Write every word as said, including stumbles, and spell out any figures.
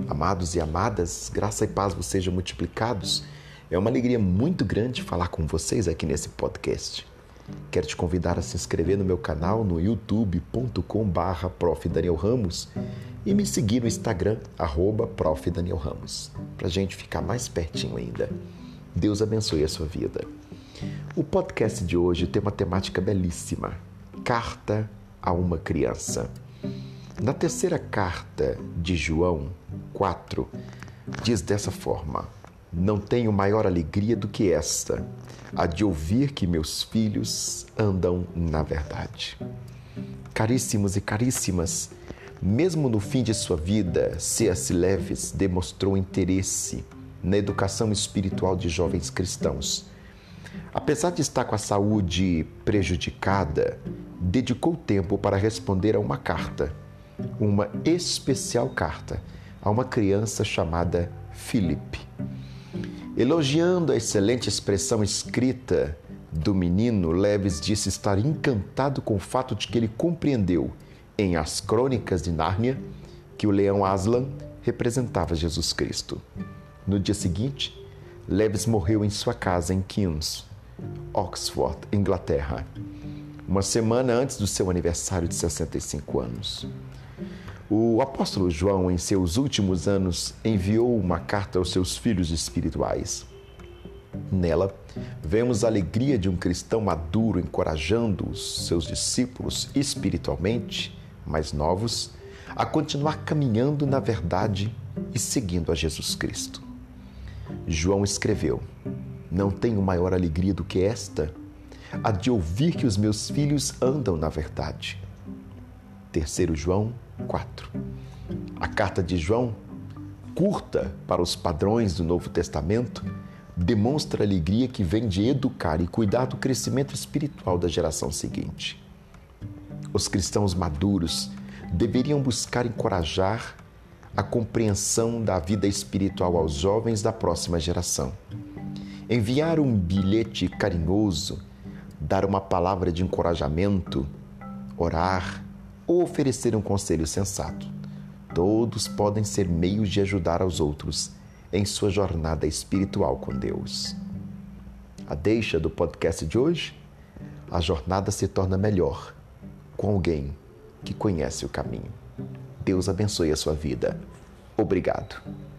Amados e amadas, graça e paz vos sejam multiplicados. É uma alegria muito grande falar com vocês aqui nesse podcast. Quero te convidar a se inscrever no meu canal no youtube ponto com barra prof Daniel Ramos e me seguir no Instagram, arroba prof Daniel Ramos, para a gente ficar mais pertinho ainda. Deus abençoe a sua vida. O podcast de hoje tem uma temática belíssima, Carta a uma Criança. Na terceira carta de João quatro, diz dessa forma: não tenho maior alegria do que esta, a de ouvir que meus filhos andam na verdade. Caríssimos e caríssimas, mesmo no fim de sua vida, C S Lewis demonstrou interesse na educação espiritual de jovens cristãos. Apesar de estar com a saúde prejudicada, dedicou tempo para responder a uma carta, uma especial carta, a uma criança chamada Philip. Elogiando a excelente expressão escrita do menino, Lewis disse estar encantado com o fato de que ele compreendeu, em As Crônicas de Nárnia, que o leão Aslan representava Jesus Cristo. No dia seguinte, Lewis morreu em sua casa em Keynes, Oxford, Inglaterra, uma semana antes do seu aniversário de sessenta e cinco anos. O apóstolo João, em seus últimos anos, enviou uma carta aos seus filhos espirituais. Nela, vemos a alegria de um cristão maduro encorajando os seus discípulos espiritualmente mais novos a continuar caminhando na verdade e seguindo a Jesus Cristo. João escreveu: não tenho maior alegria do que esta, a de ouvir que os meus filhos andam na verdade. terceiro João quatro. A carta de João, curta para os padrões do Novo Testamento, demonstra a alegria que vem de educar e cuidar do crescimento espiritual da geração seguinte. Os cristãos maduros deveriam buscar encorajar a compreensão da vida espiritual aos jovens da próxima geração. Enviar um bilhete carinhoso, dar uma palavra de encorajamento, orar ou oferecer um conselho sensato. Todos podem ser meios de ajudar aos outros em sua jornada espiritual com Deus. A deixa do podcast de hoje: a jornada se torna melhor com alguém que conhece o caminho. Deus abençoe a sua vida. Obrigado.